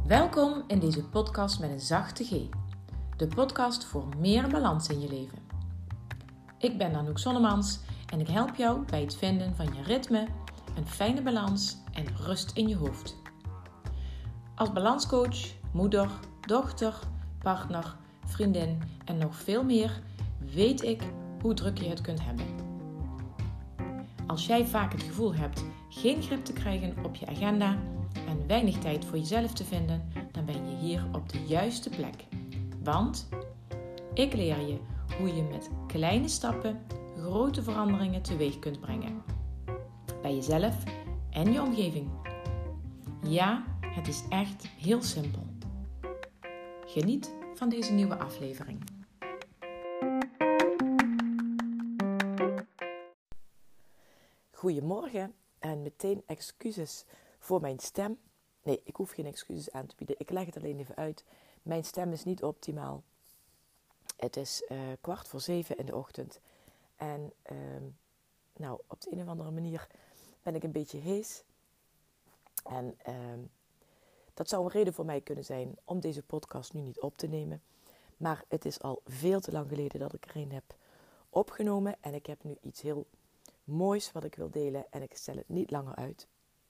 Welkom in deze podcast met een zachte G. De podcast voor meer balans in je leven. Ik ben Anouk Sonnemans en ik help jou bij het vinden van je ritme, een fijne balans en rust in je hoofd. Als balanscoach, moeder, dochter, partner, vriendin en nog veel meer weet ik hoe druk je het kunt hebben. Als jij vaak het gevoel hebt geen grip te krijgen op je agenda en weinig tijd voor jezelf te vinden, dan ben je hier op de juiste plek. Want ik leer je hoe je met kleine stappen grote veranderingen teweeg kunt brengen. Bij jezelf en je omgeving. Ja, het is echt heel simpel. Geniet van deze nieuwe aflevering. Goedemorgen en meteen excuses voor mijn stem. Nee, ik hoef geen excuses aan te bieden. Ik leg het alleen even uit. Mijn stem is niet optimaal. Het is 6:15 in de ochtend. En op de een of andere manier ben ik een beetje hees. En dat zou een reden voor mij kunnen zijn om deze podcast nu niet op te nemen. Maar het is al veel te lang geleden dat ik er een heb opgenomen. En ik heb nu iets heel moois wat ik wil delen en ik stel het niet langer uit.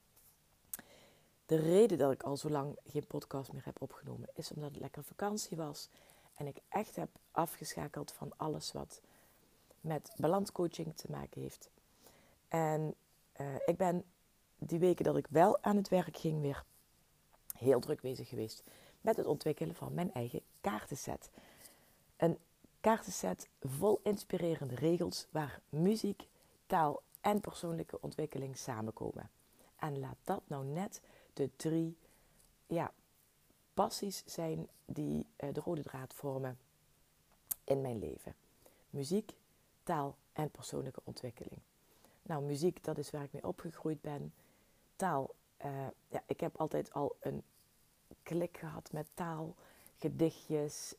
De reden dat ik al zo lang geen podcast meer heb opgenomen is omdat het lekker vakantie was. En ik echt heb afgeschakeld van alles wat met balanscoaching te maken heeft. En ik ben die weken dat ik wel aan het werk ging weer heel druk bezig geweest met het ontwikkelen van mijn eigen kaartenset. Een kaartenset vol inspirerende regels waar muziek, taal en persoonlijke ontwikkeling samenkomen. En laat dat nou net de 3 passies zijn die de rode draad vormen in mijn leven. Muziek, taal en persoonlijke ontwikkeling. Nou, muziek, dat is waar ik mee opgegroeid ben. Taal, ik heb altijd al een klik gehad met taal, gedichtjes,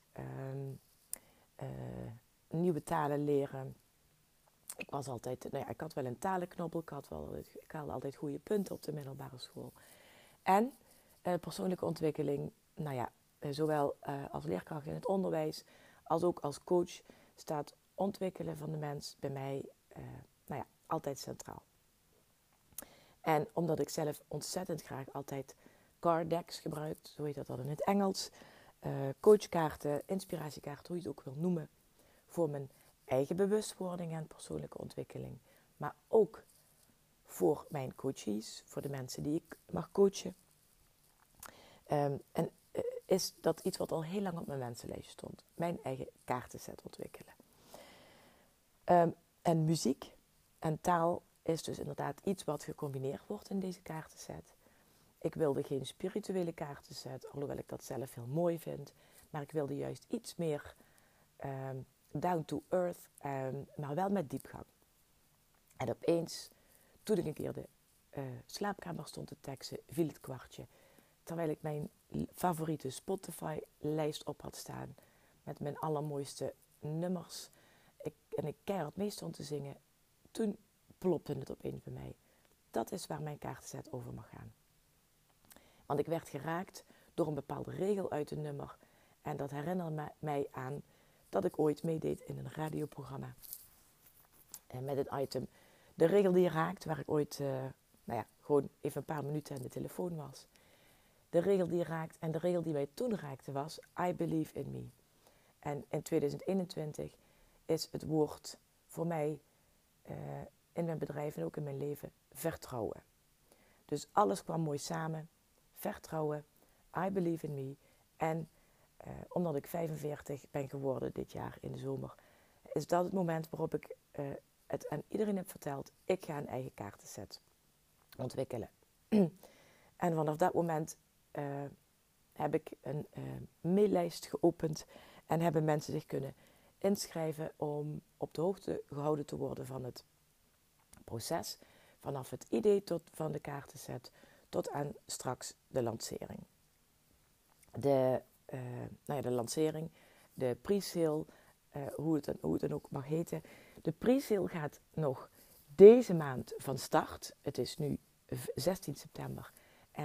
nieuwe talen leren. Ik was altijd, ik had wel een talenknobbel, ik haalde altijd goede punten op de middelbare school. En persoonlijke ontwikkeling, zowel als leerkracht in het onderwijs als ook als coach staat ontwikkelen van de mens bij mij altijd centraal. En omdat ik zelf ontzettend graag altijd card decks gebruik, zo heet dat in het Engels, coachkaarten, inspiratiekaarten, hoe je het ook wil noemen, voor mijn eigen bewustwording en persoonlijke ontwikkeling. Maar ook voor mijn coaches, voor de mensen die ik mag coachen. Is dat iets wat al heel lang op mijn wensenlijstje stond. Mijn eigen kaartenset ontwikkelen. En muziek en taal is dus inderdaad iets wat gecombineerd wordt in deze kaartenset. Ik wilde geen spirituele kaartenset, alhoewel ik dat zelf heel mooi vind. Maar ik wilde juist iets meer down to earth, maar wel met diepgang. En opeens, toen ik een keer de slaapkamer stond te teksten, viel het kwartje. Terwijl ik mijn favoriete Spotify-lijst op had staan met mijn allermooiste nummers. En ik keihard mee stond te zingen. Toen plopte het opeens bij mij. Dat is waar mijn kaartenset over mag gaan. Want ik werd geraakt door een bepaalde regel uit een nummer. En dat herinnerde mij aan dat ik ooit meedeed in een radioprogramma. En met het item De regel die je raakt, waar ik ooit gewoon even een paar minuten aan de telefoon was. De regel die je raakt en de regel die mij toen raakte was I believe in me. En in 2021 is het woord voor mij in mijn bedrijf en ook in mijn leven vertrouwen. Dus alles kwam mooi samen. Vertrouwen, I believe in me. En omdat ik 45 ben geworden dit jaar in de zomer, is dat het moment waarop ik het aan iedereen heb verteld. Ik ga een eigen kaartenset ontwikkelen. En vanaf dat moment heb ik een maillijst geopend en hebben mensen zich kunnen inschrijven om op de hoogte gehouden te worden van het proces. Vanaf het idee van de kaartenset tot aan straks de lancering. De lancering, de pre-sale, hoe het dan ook mag heten. De pre-sale gaat nog deze maand van start. Het is nu 16 september en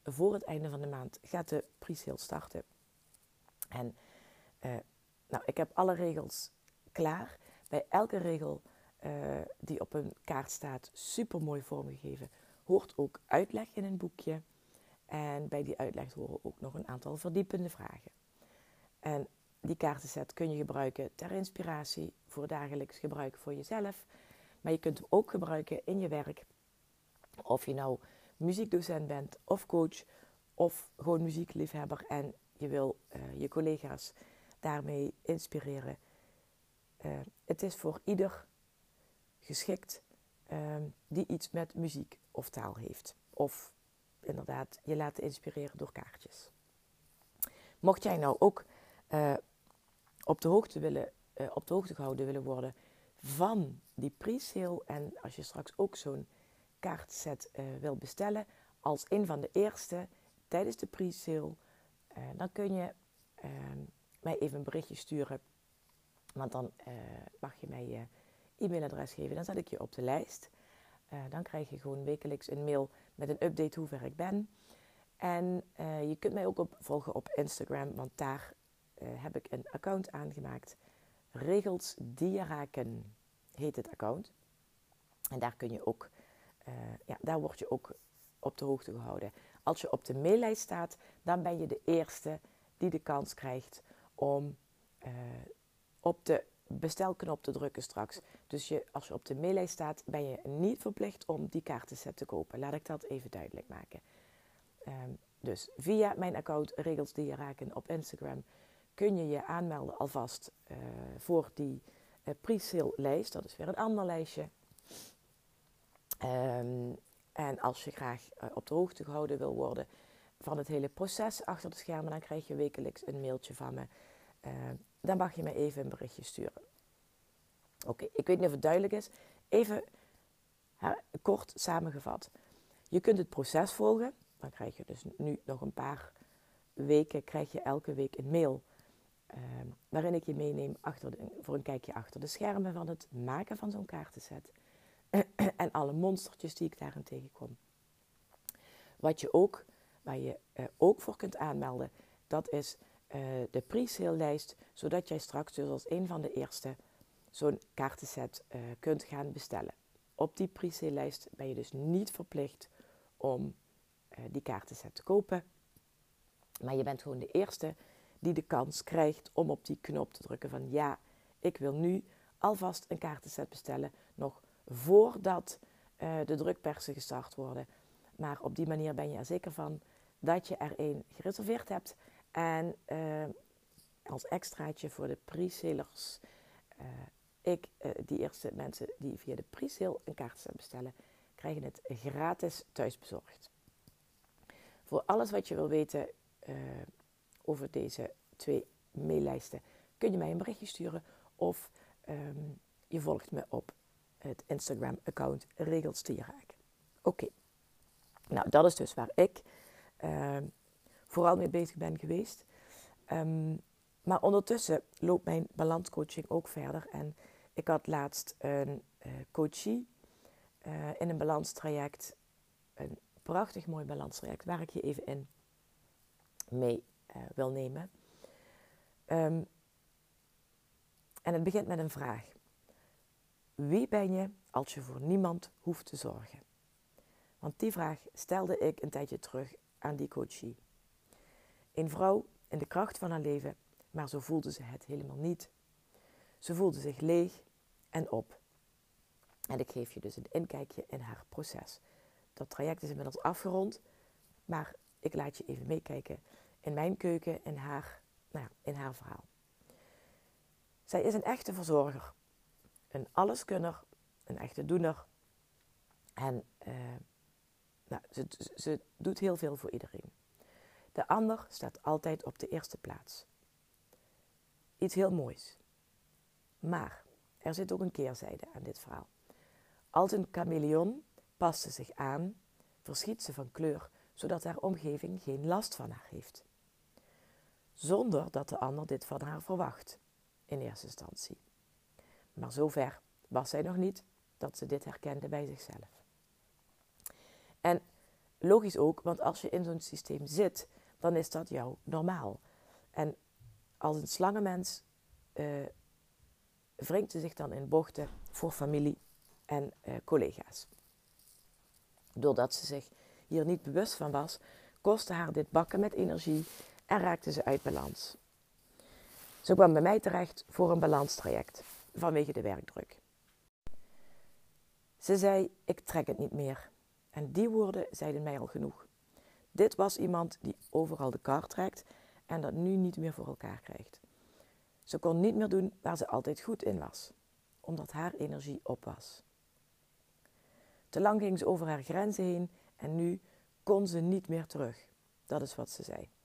voor het einde van de maand gaat de pre-sale starten. En ik heb alle regels klaar. Bij elke regel die op een kaart staat, super mooi vormgegeven, hoort ook uitleg in een boekje. En bij die uitleg horen ook nog een aantal verdiepende vragen. En die kaartenset kun je gebruiken ter inspiratie, voor dagelijks gebruik voor jezelf. Maar je kunt hem ook gebruiken in je werk. Of je nou muziekdocent bent of coach of gewoon muziekliefhebber en je wil je collega's daarmee inspireren. Het is voor ieder geschikt die iets met muziek of taal heeft. Of inderdaad je laten inspireren door kaartjes. Mocht jij nou ook op de hoogte gehouden willen worden van die pre-sale en als je straks ook zo'n kaartset wil bestellen als een van de eerste tijdens de pre-sale, dan kun je mij even een berichtje sturen. Want dan mag je mij je e-mailadres geven. Dan zet ik je op de lijst. Dan krijg je gewoon wekelijks een mail met een update hoe ver ik ben. En je kunt mij ook volgen op Instagram, want daar heb ik een account aangemaakt. Regels die je raken heet het account. En daar kun je ook, daar word je ook op de hoogte gehouden. Als je op de maillijst staat, dan ben je de eerste die de kans krijgt om op de bestelknop te drukken straks. Dus als je op de maillijst staat, ben je niet verplicht om die kaartenset te kopen. Laat ik dat even duidelijk maken. Dus via mijn account Regels die je raken op Instagram kun je je aanmelden alvast voor die pre-sale lijst. Dat is weer een ander lijstje. En als je graag op de hoogte gehouden wil worden van het hele proces achter de schermen, dan krijg je wekelijks een mailtje van me. Dan mag je me even een berichtje sturen. Oké, ik weet niet of het duidelijk is. Even kort samengevat. Je kunt het proces volgen. Dan krijg je dus nu nog een paar weken, krijg je elke week een mail waarin ik je meeneem voor een kijkje achter de schermen van het maken van zo'n kaartenset. En alle monstertjes die ik daarin tegenkom. Waar je ook voor kunt aanmelden, dat is de pre-sale lijst, zodat jij straks dus als een van de eerste zo'n kaartenset kunt gaan bestellen. Op die pre-sale lijst ben je dus niet verplicht om die kaartenset te kopen. Maar je bent gewoon de eerste die de kans krijgt om op die knop te drukken van ja, ik wil nu alvast een kaartenset bestellen, nog voordat de drukpersen gestart worden. Maar op die manier ben je er zeker van dat je er een gereserveerd hebt. En als extraatje voor de pre-salers, die eerste mensen die via de pre-sale een kaartenset bestellen, krijgen het gratis thuisbezorgd. Voor alles wat je wil weten over deze 2 maillijsten kun je mij een berichtje sturen of je volgt me op het Instagram-account Regels die je raken. Oké. Nou, dat is dus waar ik vooral mee bezig ben geweest. Maar ondertussen loopt mijn balanscoaching ook verder. En ik had laatst een coachie in een balanstraject. Een prachtig mooi balanstraject waar ik je even in mee wil nemen. En het begint met een vraag. Wie ben je als je voor niemand hoeft te zorgen? Want die vraag stelde ik een tijdje terug aan die coachie. Een vrouw in de kracht van haar leven, maar zo voelde ze het helemaal niet. Ze voelde zich leeg en op. En ik geef je dus een inkijkje in haar proces. Dat traject is inmiddels afgerond, maar ik laat je even meekijken in mijn keuken, in haar verhaal. Zij is een echte verzorger, een alleskunner, een echte doener. En ze doet heel veel voor iedereen. De ander staat altijd op de eerste plaats. Iets heel moois. Maar er zit ook een keerzijde aan dit verhaal. Als een chameleon past ze zich aan, verschiet ze van kleur, zodat haar omgeving geen last van haar heeft. Zonder dat de ander dit van haar verwacht, in eerste instantie. Maar zover was zij nog niet dat ze dit herkende bij zichzelf. En logisch ook, want als je in zo'n systeem zit, dan is dat jouw normaal. En als een slangenmens wringt ze zich dan in bochten voor familie en collega's. Doordat ze zich hier niet bewust van was, kostte haar dit bakken met energie en raakte ze uit balans. Ze kwam bij mij terecht voor een balanstraject vanwege de werkdruk. Ze zei, ik trek het niet meer. En die woorden zeiden mij al genoeg. Dit was iemand die overal de kar trekt en dat nu niet meer voor elkaar krijgt. Ze kon niet meer doen waar ze altijd goed in was, omdat haar energie op was. Te lang ging ze over haar grenzen heen en nu kon ze niet meer terug. Dat is wat ze zei.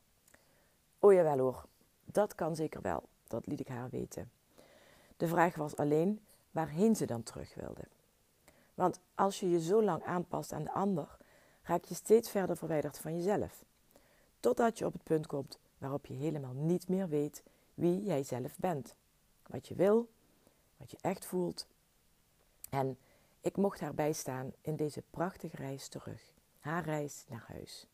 O jawel hoor, dat kan zeker wel, dat liet ik haar weten. De vraag was alleen waarheen ze dan terug wilde. Want als je je zo lang aanpast aan de ander, raak je steeds verder verwijderd van jezelf. Totdat je op het punt komt waarop je helemaal niet meer weet wie jij zelf bent. Wat je wil, wat je echt voelt. En ik mocht haar bijstaan in deze prachtige reis terug. Haar reis naar huis.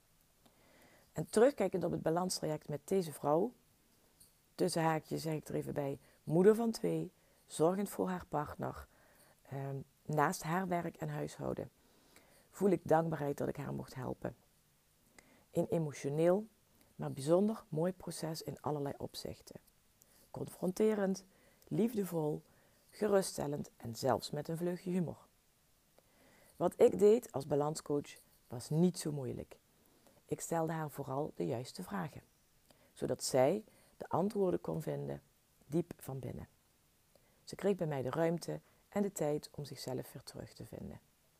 En terugkijkend op het balanstraject met deze vrouw, tussen haakjes zeg ik er even bij, moeder van 2, zorgend voor haar partner, naast haar werk en huishouden, voel ik dankbaarheid dat ik haar mocht helpen. Een emotioneel, maar bijzonder mooi proces in allerlei opzichten. Confronterend, liefdevol, geruststellend en zelfs met een vleugje humor. Wat ik deed als balanscoach was niet zo moeilijk. Ik stelde haar vooral de juiste vragen, zodat zij de antwoorden kon vinden diep van binnen. Ze kreeg bij mij de ruimte en de tijd om zichzelf weer terug te vinden.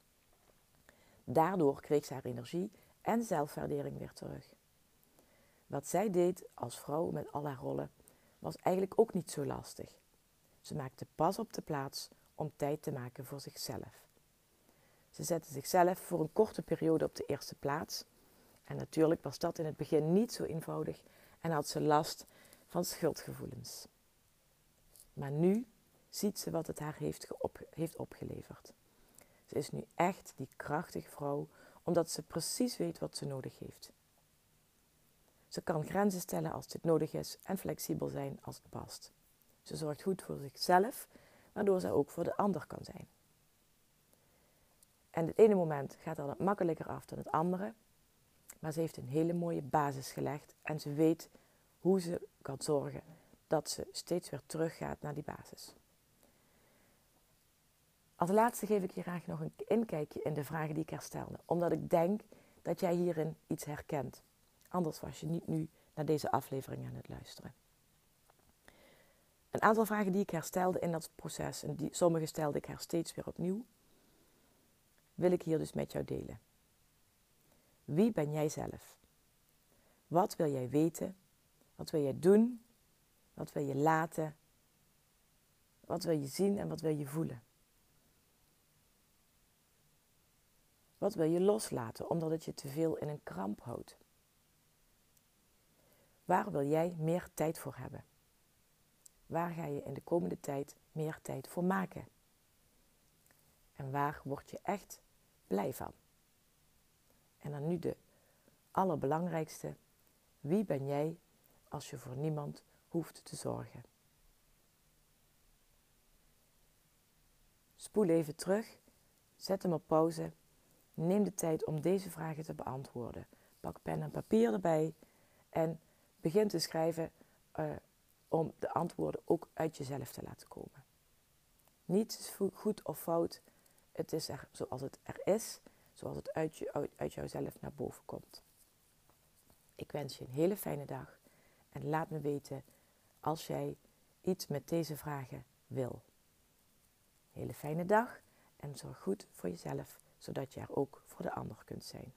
Daardoor kreeg ze haar energie en zelfwaardering weer terug. Wat zij deed als vrouw met al haar rollen was eigenlijk ook niet zo lastig. Ze maakte pas op de plaats om tijd te maken voor zichzelf. Ze zette zichzelf voor een korte periode op de eerste plaats. En natuurlijk was dat in het begin niet zo eenvoudig en had ze last van schuldgevoelens. Maar nu ziet ze wat het haar heeft opgeleverd. Ze is nu echt die krachtige vrouw, omdat ze precies weet wat ze nodig heeft. Ze kan grenzen stellen als dit nodig is en flexibel zijn als het past. Ze zorgt goed voor zichzelf, waardoor ze ook voor de ander kan zijn. En het ene moment gaat er wat makkelijker af dan het andere, maar ze heeft een hele mooie basis gelegd en ze weet hoe ze kan zorgen dat ze steeds weer teruggaat naar die basis. Als laatste geef ik je graag nog een inkijkje in de vragen die ik haar stelde, omdat ik denk dat jij hierin iets herkent. Anders was je niet nu naar deze aflevering aan het luisteren. Een aantal vragen die ik haar stelde in dat proces, en sommige stelde ik haar steeds weer opnieuw, wil ik hier dus met jou delen. Wie ben jij zelf? Wat wil jij weten? Wat wil jij doen? Wat wil je laten? Wat wil je zien en wat wil je voelen? Wat wil je loslaten omdat het je te veel in een kramp houdt? Waar wil jij meer tijd voor hebben? Waar ga je in de komende tijd meer tijd voor maken? En waar word je echt blij van? En dan nu de allerbelangrijkste. Wie ben jij als je voor niemand hoeft te zorgen? Spoel even terug, zet hem op pauze. Neem de tijd om deze vragen te beantwoorden. Pak pen en papier erbij en begin te schrijven om de antwoorden ook uit jezelf te laten komen. Niets is goed of fout. Het is er zoals het er is, zoals het uit jouzelf naar boven komt. Ik wens je een hele fijne dag en laat me weten als jij iets met deze vragen wil. Hele fijne dag en zorg goed voor jezelf, zodat je er ook voor de ander kunt zijn.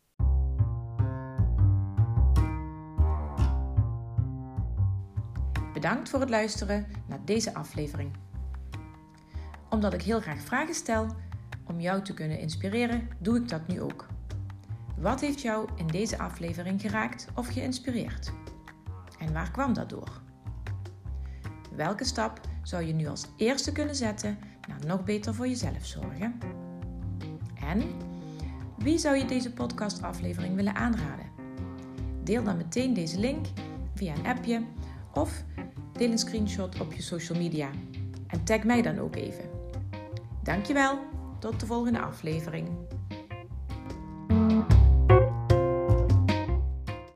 Bedankt voor het luisteren naar deze aflevering. Omdat ik heel graag vragen stel om jou te kunnen inspireren, doe ik dat nu ook. Wat heeft jou in deze aflevering geraakt of geïnspireerd? En waar kwam dat door? Welke stap zou je nu als eerste kunnen zetten naar nog beter voor jezelf zorgen? En Wie zou je deze podcastaflevering willen aanraden? Deel dan meteen deze link via een appje of deel een screenshot op je social media. En tag mij dan ook even. Dankjewel, tot de volgende aflevering.